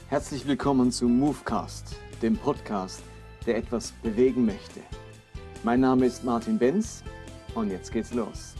Herzlich willkommen zu Movecast, dem Podcast, der etwas bewegen möchte. Mein Name ist Martin Benz und jetzt geht's los.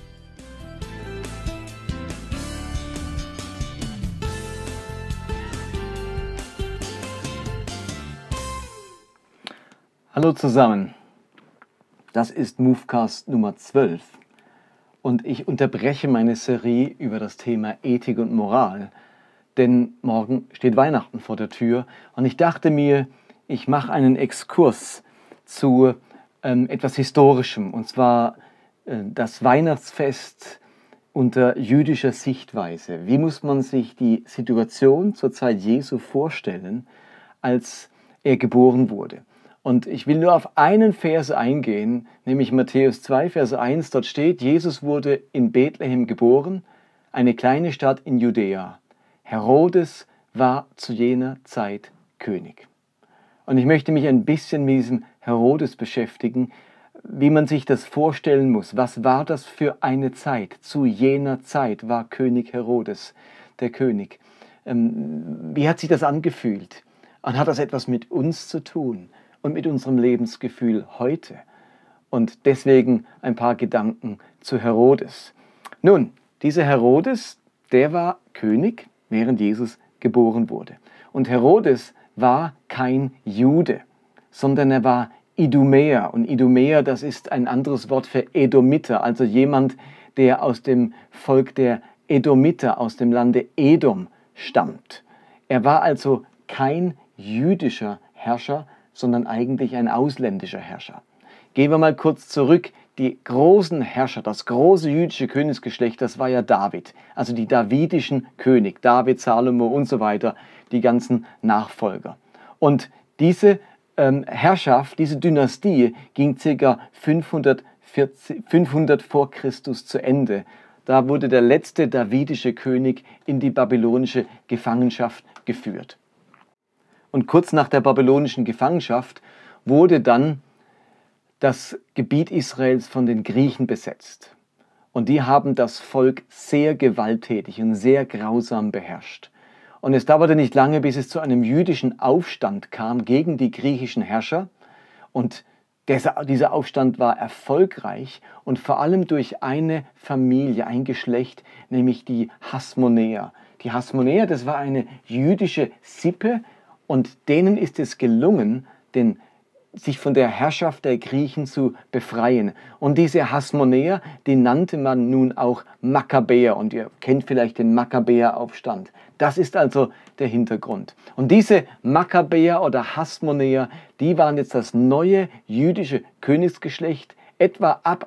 Hallo zusammen, das ist Movecast Nummer 12 und ich unterbreche meine Serie über das Thema Ethik und Moral, denn morgen steht Weihnachten vor der Tür und ich dachte mir, ich mache einen Exkurs zu etwas Historischem, und zwar das Weihnachtsfest unter jüdischer Sichtweise. Wie muss man sich die Situation zur Zeit Jesu vorstellen, als er geboren wurde? Und ich will nur auf einen Vers eingehen, nämlich Matthäus 2, Vers 1. Dort steht, Jesus wurde in Bethlehem geboren, eine kleine Stadt in Judäa. Herodes war zu jener Zeit König. Und ich möchte mich ein bisschen mit diesem Herodes beschäftigen, wie man sich das vorstellen muss. Was war das für eine Zeit? Zu jener Zeit war König Herodes der König. Wie hat sich das angefühlt? Und hat das etwas mit uns zu tun und mit unserem Lebensgefühl heute? Und deswegen ein paar Gedanken zu Herodes. Nun, dieser Herodes, der war König, während Jesus geboren wurde. Und Herodes war kein Jude, sondern er war Idumäer. Und Idumäer, das ist ein anderes Wort für Edomiter, also jemand, der aus dem Volk der Edomiter, aus dem Lande Edom stammt. Er war also kein jüdischer Herrscher, sondern eigentlich ein ausländischer Herrscher. Gehen wir mal kurz zurück. Die großen Herrscher, das große jüdische Königsgeschlecht, das war ja David, also die davidischen König, David, Salomo und so weiter, die ganzen Nachfolger. Und diese Herrschaft, diese Dynastie ging ca. 500 vor Christus zu Ende. Da wurde der letzte davidische König in die babylonische Gefangenschaft geführt. Und kurz nach der babylonischen Gefangenschaft wurde dann das Gebiet Israels von den Griechen besetzt. Und die haben das Volk sehr gewalttätig und sehr grausam beherrscht. Und es dauerte nicht lange, bis es zu einem jüdischen Aufstand kam gegen die griechischen Herrscher. Und dieser Aufstand war erfolgreich und vor allem durch eine Familie, ein Geschlecht, nämlich die Hasmonäer. Die Hasmonäer, das war eine jüdische Sippe und denen ist es gelungen, sich von der Herrschaft der Griechen zu befreien. Und diese Hasmonäer, die nannte man nun auch Makkabäer. Und ihr kennt vielleicht den Makkabäeraufstand. Das ist also der Hintergrund. Und diese Makkabäer oder Hasmonäer, die waren jetzt das neue jüdische Königsgeschlecht, etwa ab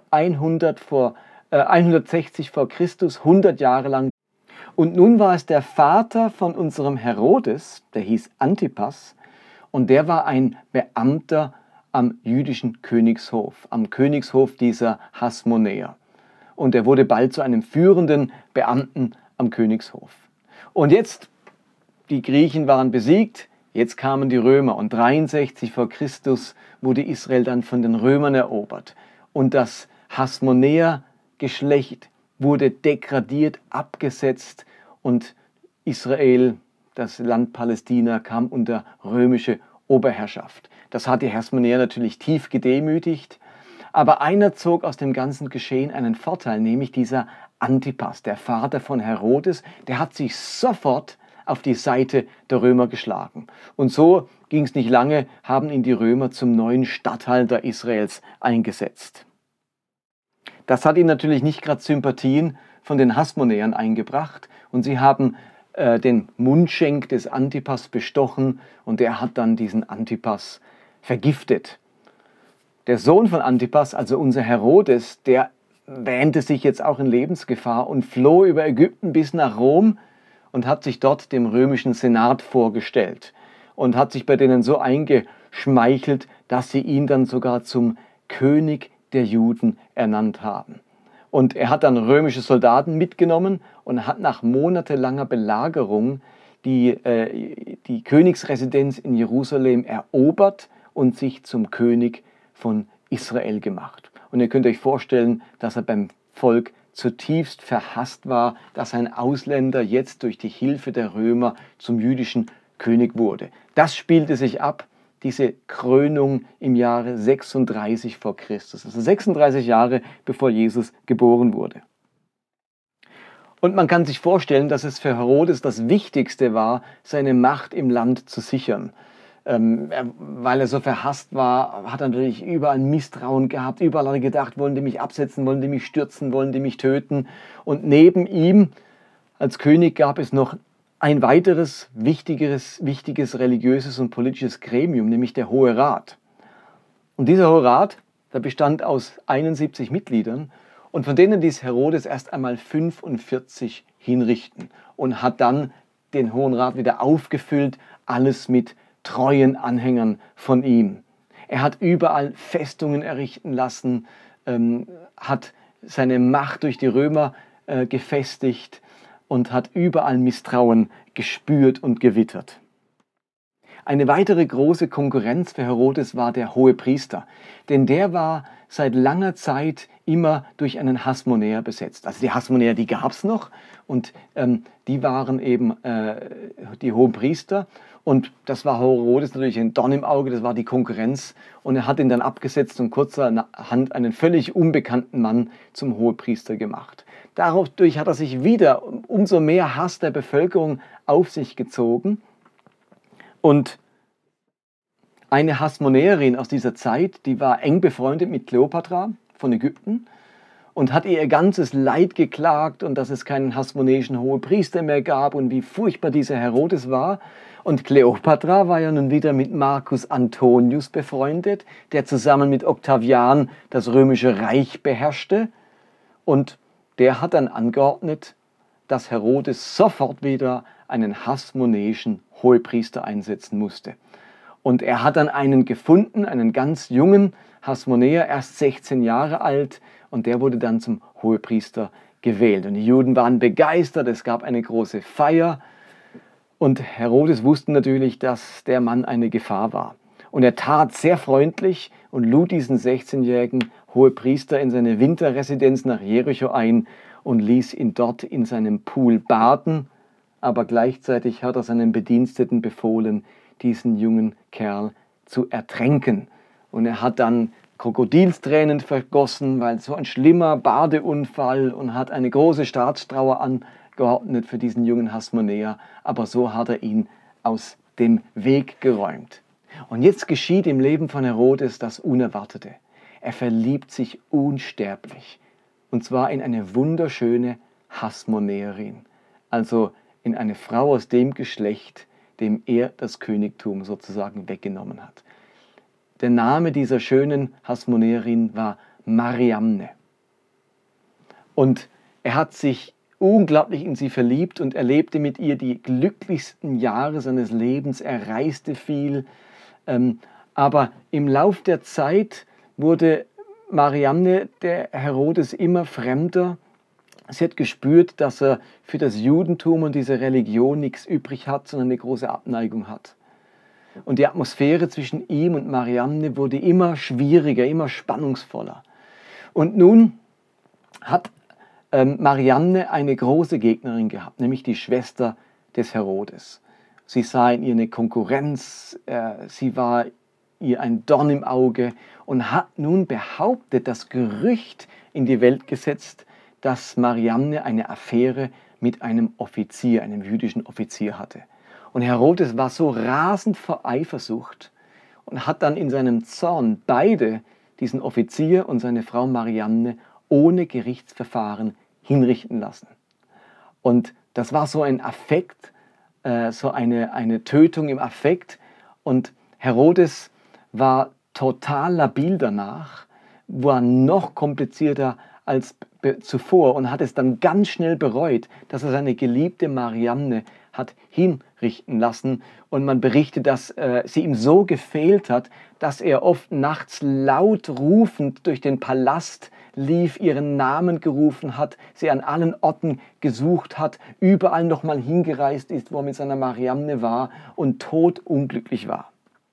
160 vor Christus, 100 Jahre lang. Und nun war es der Vater von unserem Herodes, der hieß Antipas, und der war ein Beamter am jüdischen Königshof, am Königshof dieser Hasmonäer. Und er wurde bald zu einem führenden Beamten am Königshof. Und jetzt, die Griechen waren besiegt, jetzt kamen die Römer und 63 vor Christus wurde Israel dann von den Römern erobert. Und das Hasmonäer-Geschlecht wurde degradiert, abgesetzt und Israel, das Land Palästina, kam unter römische Oberherrschaft. Das hat die Hasmonäer natürlich tief gedemütigt. Aber einer zog aus dem ganzen Geschehen einen Vorteil, nämlich dieser Antipas, der Vater von Herodes, der hat sich sofort auf die Seite der Römer geschlagen. Und so ging es nicht lange, haben ihn die Römer zum neuen Statthalter Israels eingesetzt. Das hat ihm natürlich nicht gerade Sympathien von den Hasmonäern eingebracht und sie haben den Mundschenk des Antipas bestochen und der hat dann diesen Antipas vergiftet. Der Sohn von Antipas, also unser Herodes, der wähnte sich jetzt auch in Lebensgefahr und floh über Ägypten bis nach Rom und hat sich dort dem römischen Senat vorgestellt und hat sich bei denen so eingeschmeichelt, dass sie ihn dann sogar zum König der Juden ernannt haben. Und er hat dann römische Soldaten mitgenommen und hat nach monatelanger Belagerung die Königsresidenz in Jerusalem erobert und sich zum König von Israel gemacht. Und ihr könnt euch vorstellen, dass er beim Volk zutiefst verhasst war, dass ein Ausländer jetzt durch die Hilfe der Römer zum jüdischen König wurde. Das spielte sich ab, diese Krönung im Jahre 36 vor Christus, also 36 Jahre bevor Jesus geboren wurde. Und man kann sich vorstellen, dass es für Herodes das Wichtigste war, seine Macht im Land zu sichern. Weil er so verhasst war, hat er natürlich überall Misstrauen gehabt. Überall hat er gedacht, wollen die mich absetzen, wollen die mich stürzen, wollen die mich töten. Und neben ihm als König gab es noch ein weiteres wichtiges religiöses und politisches Gremium, nämlich der Hohe Rat. Und dieser Hohe Rat, der bestand aus 71 Mitgliedern und von denen ließ Herodes erst einmal 45 hinrichten und hat dann den Hohen Rat wieder aufgefüllt, alles mit treuen Anhängern von ihm. Er hat überall Festungen errichten lassen, hat seine Macht durch die Römer gefestigt und hat überall Misstrauen gespürt und gewittert. Eine weitere große Konkurrenz für Herodes war der Hohepriester, denn der war seit langer Zeit immer durch einen Hasmonäer besetzt. Also die Hasmonäer, die gab es noch und die waren eben die Hohepriester und das war Herodes natürlich ein Dorn im Auge, das war die Konkurrenz und er hat ihn dann abgesetzt und kurzerhand einen völlig unbekannten Mann zum Hohepriester gemacht. Dadurch hat er sich wieder umso mehr Hass der Bevölkerung auf sich gezogen. Und eine Hasmonäerin aus dieser Zeit, die war eng befreundet mit Kleopatra von Ägypten und hat ihr ganzes Leid geklagt und dass es keinen hasmonäischen Hohepriester mehr gab und wie furchtbar dieser Herodes war. Und Kleopatra war ja nun wieder mit Marcus Antonius befreundet, der zusammen mit Octavian das römische Reich beherrschte. Und der hat dann angeordnet, dass Herodes sofort wieder einen hasmonäischen Hohepriester einsetzen musste. Und er hat dann einen gefunden, einen ganz jungen Hasmonäer, erst 16 Jahre alt, und der wurde dann zum Hohepriester gewählt. Und die Juden waren begeistert, es gab eine große Feier. Und Herodes wusste natürlich, dass der Mann eine Gefahr war. Und er tat sehr freundlich und lud diesen 16-jährigen Hohepriester in seine Winterresidenz nach Jericho ein und ließ ihn dort in seinem Pool baden. Aber gleichzeitig hat er seinen Bediensteten befohlen, diesen jungen Kerl zu ertränken. Und er hat dann Krokodilstränen vergossen, weil so ein schlimmer Badeunfall und hat eine große Staatstrauer angeordnet für diesen jungen Hasmonäer. Aber so hat er ihn aus dem Weg geräumt. Und jetzt geschieht im Leben von Herodes das Unerwartete. Er verliebt sich unsterblich. Und zwar in eine wunderschöne Hasmonäerin. Also in eine Frau aus dem Geschlecht, dem er das Königtum sozusagen weggenommen hat. Der Name dieser schönen Hasmonäerin war Mariamne. Und er hat sich unglaublich in sie verliebt und erlebte mit ihr die glücklichsten Jahre seines Lebens. Er reiste viel, aber im Lauf der Zeit wurde Mariamne der Herodes immer fremder. Sie hat gespürt, dass er für das Judentum und diese Religion nichts übrig hat, sondern eine große Abneigung hat. Und die Atmosphäre zwischen ihm und Mariamne wurde immer schwieriger, immer spannungsvoller. Und nun hat Mariamne eine große Gegnerin gehabt, nämlich die Schwester des Herodes. Sie sah in ihr eine Konkurrenz, sie war ihr ein Dorn im Auge und hat nun behauptet, das Gerücht in die Welt gesetzt, dass Mariamne eine Affäre mit einem Offizier, einem jüdischen Offizier hatte. Und Herodes war so rasend vor Eifersucht und hat dann in seinem Zorn beide, diesen Offizier und seine Frau Mariamne, ohne Gerichtsverfahren hinrichten lassen. Und das war so ein Affekt, so eine Tötung im Affekt. Und Herodes war total labil danach, war noch komplizierter als zuvor und hat es dann ganz schnell bereut, dass er seine geliebte Mariamne hat hinrichten lassen. Und man berichtet, dass sie ihm so gefehlt hat, dass er oft nachts laut rufend durch den Palast lief, ihren Namen gerufen hat, sie an allen Orten gesucht hat, überall nochmal hingereist ist, wo er mit seiner Mariamne war und todunglücklich war.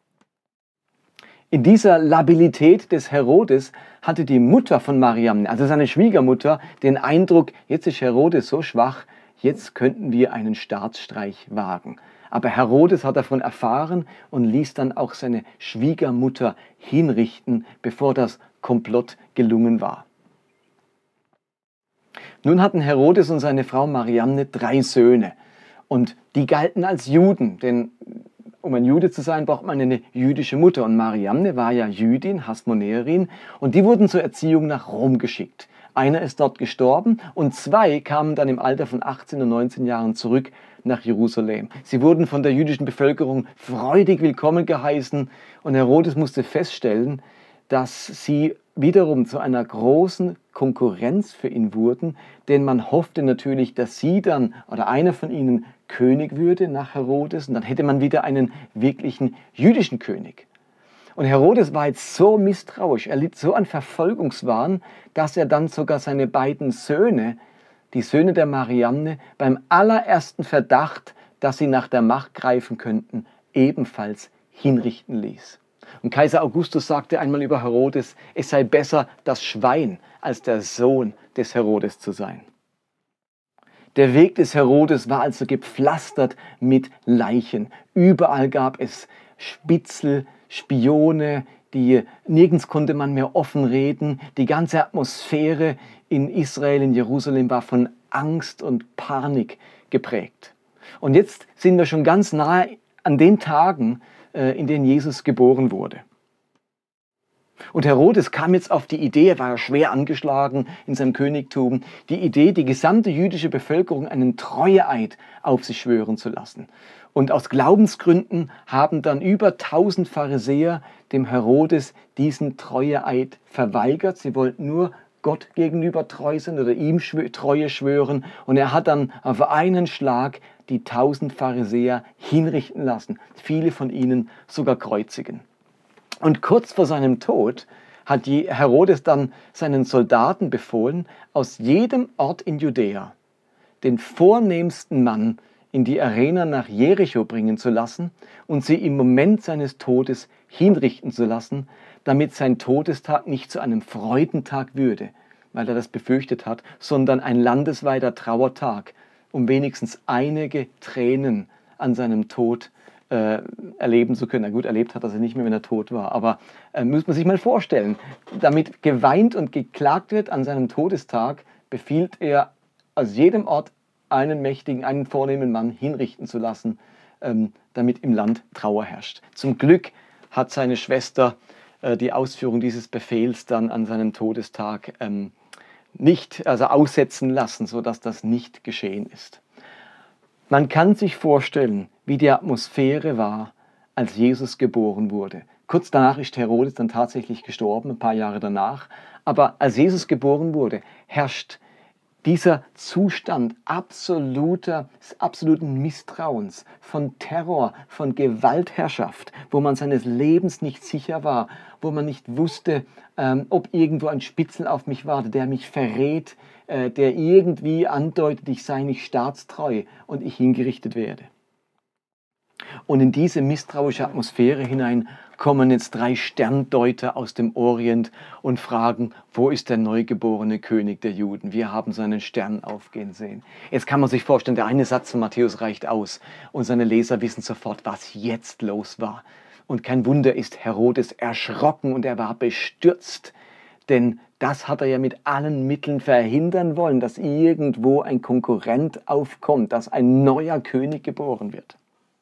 In dieser Labilität des Herodes hatte die Mutter von Mariamne, also seine Schwiegermutter, den Eindruck, jetzt ist Herodes so schwach, jetzt könnten wir einen Staatsstreich wagen. Aber Herodes hat davon erfahren und ließ dann auch seine Schwiegermutter hinrichten, bevor das Komplott gelungen war. Nun hatten Herodes und seine Frau Mariamne 3 Söhne und die galten als Juden, denn um ein Jude zu sein, braucht man eine jüdische Mutter. Und Mariamne war ja Jüdin, Hasmonäerin, und die wurden zur Erziehung nach Rom geschickt. Einer ist dort gestorben und 2 kamen dann im Alter von 18 und 19 Jahren zurück nach Jerusalem. Sie wurden von der jüdischen Bevölkerung freudig willkommen geheißen und Herodes musste feststellen, dass sie wiederum zu einer großen Konkurrenz für ihn wurden, denn man hoffte natürlich, dass sie dann oder einer von ihnen König würde nach Herodes und dann hätte man wieder einen wirklichen jüdischen König. Und Herodes war jetzt so misstrauisch, er litt so an Verfolgungswahn, dass er dann sogar seine beiden Söhne, die Söhne der Mariamne, beim allerersten Verdacht, dass sie nach der Macht greifen könnten, ebenfalls hinrichten ließ. Und Kaiser Augustus sagte einmal über Herodes, es sei besser, das Schwein als der Sohn des Herodes zu sein. Der Weg des Herodes war also gepflastert mit Leichen. Überall gab es Spitzel, Spione, nirgends konnte man mehr offen reden. Die ganze Atmosphäre in Israel, in Jerusalem war von Angst und Panik geprägt. Und jetzt sind wir schon ganz nahe an den Tagen, in denen Jesus geboren wurde. Und Herodes kam jetzt auf die Idee, er war ja schwer angeschlagen in seinem Königtum, die Idee, die gesamte jüdische Bevölkerung einen Treueeid auf sich schwören zu lassen. Und aus Glaubensgründen haben dann über 1000 Pharisäer dem Herodes diesen Treueeid verweigert. Sie wollten nur Gott gegenüber treu sein oder ihm Treue schwören. Und er hat dann auf einen Schlag die 1000 Pharisäer hinrichten lassen, viele von ihnen sogar kreuzigen. Und kurz vor seinem Tod hat Herodes dann seinen Soldaten befohlen, aus jedem Ort in Judäa den vornehmsten Mann in die Arena nach Jericho bringen zu lassen und sie im Moment seines Todes hinrichten zu lassen, damit sein Todestag nicht zu einem Freudentag würde, weil er das befürchtet hat, sondern ein landesweiter Trauertag, um wenigstens einige Tränen an seinem Tod erleben zu können. Na gut, erlebt hat er sie nicht mehr, wenn er tot war, aber muss man sich mal vorstellen, damit geweint und geklagt wird an seinem Todestag, befiehlt er aus jedem Ort einen mächtigen, einen vornehmen Mann hinrichten zu lassen, damit im Land Trauer herrscht. Zum Glück hat seine Schwester die Ausführung dieses Befehls dann an seinem Todestag nicht aussetzen lassen, sodass das nicht geschehen ist. Man kann sich vorstellen, wie die Atmosphäre war, als Jesus geboren wurde. Kurz danach ist Herodes dann tatsächlich gestorben, ein paar Jahre danach. Aber als Jesus geboren wurde, herrscht dieser Zustand absoluten Misstrauens, von Terror, von Gewaltherrschaft, wo man seines Lebens nicht sicher war, wo man nicht wusste, ob irgendwo ein Spitzel auf mich wartet, der mich verrät, der irgendwie andeutet, ich sei nicht staatstreu und ich hingerichtet werde. Und in diese misstrauische Atmosphäre hinein kommen jetzt 3 Sterndeuter aus dem Orient und fragen, wo ist der neugeborene König der Juden? Wir haben seinen Stern aufgehen sehen. Jetzt kann man sich vorstellen, der eine Satz von Matthäus reicht aus und seine Leser wissen sofort, was jetzt los war. Und kein Wunder ist Herodes erschrocken und er war bestürzt, denn das hat er ja mit allen Mitteln verhindern wollen, dass irgendwo ein Konkurrent aufkommt, dass ein neuer König geboren wird.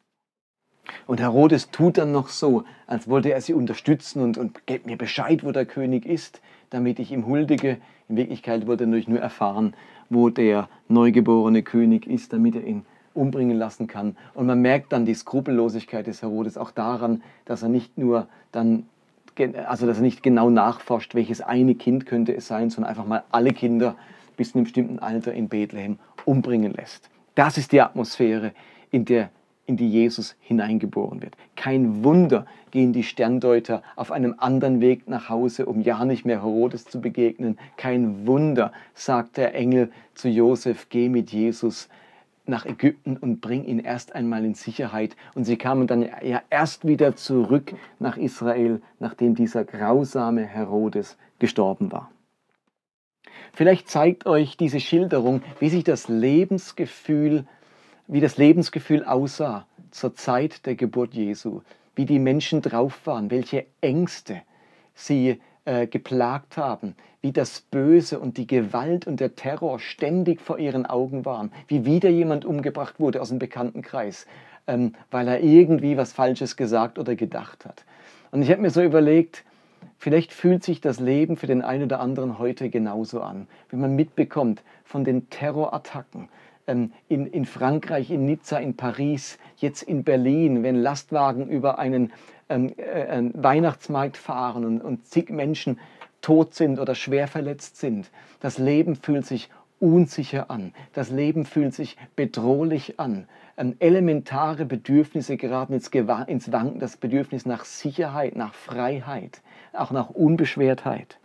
Und Herodes tut dann noch so, als wollte er sie unterstützen und gebt mir Bescheid, wo der König ist, damit ich ihm huldige. In Wirklichkeit wollte er natürlich nur erfahren, wo der neugeborene König ist, damit er ihn umbringen lassen kann. Und man merkt dann die Skrupellosigkeit des Herodes auch daran, dass er nicht nur dass er nicht genau nachforscht, welches eine Kind könnte es sein, sondern einfach mal alle Kinder bis zu einem bestimmten Alter in Bethlehem umbringen lässt. Das ist die Atmosphäre, in die Jesus hineingeboren wird. Kein Wunder gehen die Sterndeuter auf einem anderen Weg nach Hause, um ja nicht mehr Herodes zu begegnen. Kein Wunder, sagt der Engel zu Josef, geh mit Jesus nach Ägypten und bring ihn erst einmal in Sicherheit. Und sie kamen dann ja erst wieder zurück nach Israel, nachdem dieser grausame Herodes gestorben war. Vielleicht zeigt euch diese Schilderung, wie das Lebensgefühl aussah zur Zeit der Geburt Jesu, wie die Menschen drauf waren, welche Ängste sie geplagt haben, wie das Böse und die Gewalt und der Terror ständig vor ihren Augen waren, wie wieder jemand umgebracht wurde aus dem Bekanntenkreis, weil er irgendwie was Falsches gesagt oder gedacht hat. Und ich habe mir so überlegt, vielleicht fühlt sich das Leben für den einen oder anderen heute genauso an, wenn man mitbekommt von den Terrorattacken in Frankreich, in Nizza, in Paris, jetzt in Berlin, wenn Lastwagen über einen Weihnachtsmarkt fahren und zig Menschen tot sind oder schwer verletzt sind. Das Leben fühlt sich unsicher an. Das Leben fühlt sich bedrohlich an. Elementare Bedürfnisse geraten ins Wanken, das Bedürfnis nach Sicherheit, nach Freiheit, auch nach Unbeschwertheit.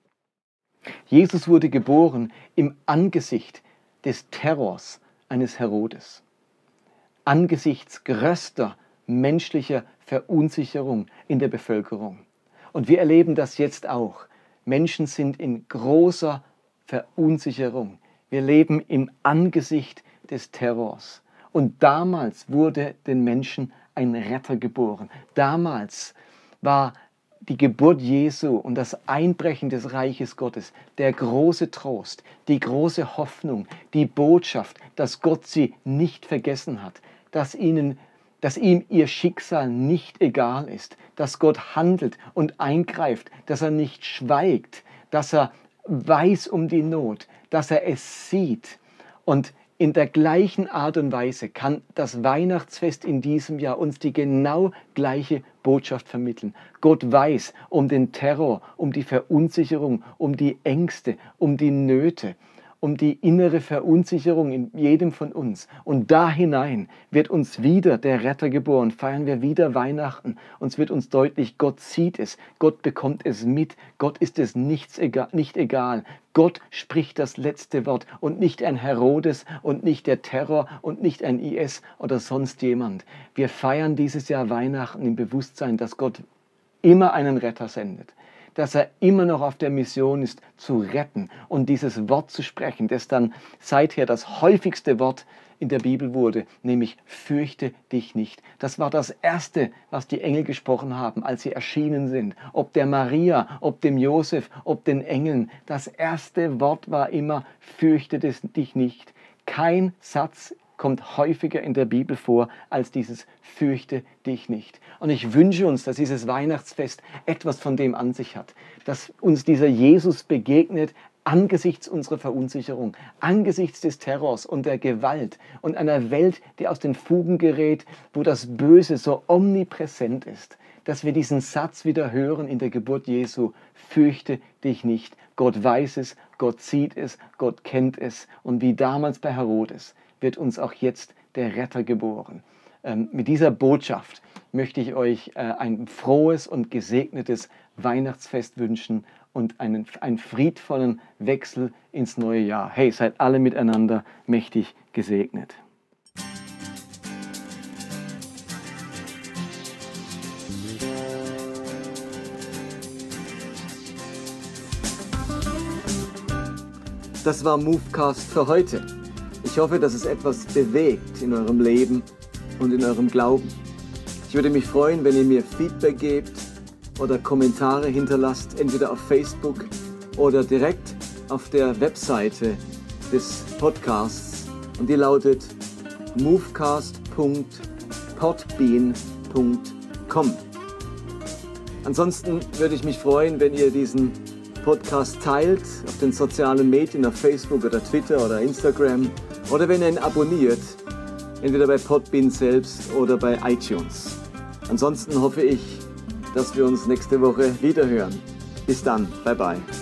Jesus wurde geboren im Angesicht des Terrors eines Herodes. Angesichts größter menschlicher Verunsicherung in der Bevölkerung. Und wir erleben das jetzt auch. Menschen sind in großer Verunsicherung. Wir leben im Angesicht des Terrors. Und damals wurde den Menschen ein Retter geboren. Damals war die Geburt Jesu und das Einbrechen des Reiches Gottes der große Trost, die große Hoffnung, die Botschaft, dass Gott sie nicht vergessen hat, dass ihm ihr Schicksal nicht egal ist, dass Gott handelt und eingreift, dass er nicht schweigt, dass er weiß um die Not, dass er es sieht. Und in der gleichen Art und Weise kann das Weihnachtsfest in diesem Jahr uns die genau gleiche Botschaft vermitteln. Gott weiß um den Terror, um die Verunsicherung, um die Ängste, um die Nöte, um die innere Verunsicherung in jedem von uns. Und da hinein wird uns wieder der Retter geboren, feiern wir wieder Weihnachten. Uns wird uns deutlich, Gott sieht es, Gott bekommt es mit, Gott ist es nicht egal. Gott spricht das letzte Wort und nicht ein Herodes und nicht der Terror und nicht ein IS oder sonst jemand. Wir feiern dieses Jahr Weihnachten im Bewusstsein, dass Gott immer einen Retter sendet, dass er immer noch auf der Mission ist, zu retten und dieses Wort zu sprechen, das dann seither das häufigste Wort in der Bibel wurde, nämlich fürchte dich nicht. Das war das Erste, was die Engel gesprochen haben, als sie erschienen sind. Ob der Maria, ob dem Josef, ob den Engeln. Das erste Wort war immer, fürchte dich nicht. Kein Satz kommt häufiger in der Bibel vor als dieses fürchte dich nicht. Und ich wünsche uns, dass dieses Weihnachtsfest etwas von dem an sich hat, dass uns dieser Jesus begegnet angesichts unserer Verunsicherung, angesichts des Terrors und der Gewalt und einer Welt, die aus den Fugen gerät, wo das Böse so omnipräsent ist, dass wir diesen Satz wieder hören in der Geburt Jesu, fürchte dich nicht. Gott weiß es, Gott sieht es, Gott kennt es und wie damals bei Herodes wird uns auch jetzt der Retter geboren. Mit dieser Botschaft möchte ich euch ein frohes und gesegnetes Weihnachtsfest wünschen und einen friedvollen Wechsel ins neue Jahr. Hey, seid alle miteinander mächtig gesegnet. Das war Movecast für heute. Ich hoffe, dass es etwas bewegt in eurem Leben und in eurem Glauben. Ich würde mich freuen, wenn ihr mir Feedback gebt oder Kommentare hinterlasst, entweder auf Facebook oder direkt auf der Webseite des Podcasts. Und die lautet movecast.podbean.com. Ansonsten würde ich mich freuen, wenn ihr diesen Podcast teilt auf den sozialen Medien, auf Facebook oder Twitter oder Instagram oder wenn ihr ihn abonniert, entweder bei Podbean selbst oder bei iTunes. Ansonsten hoffe ich, dass wir uns nächste Woche wiederhören. Bis dann, bye bye.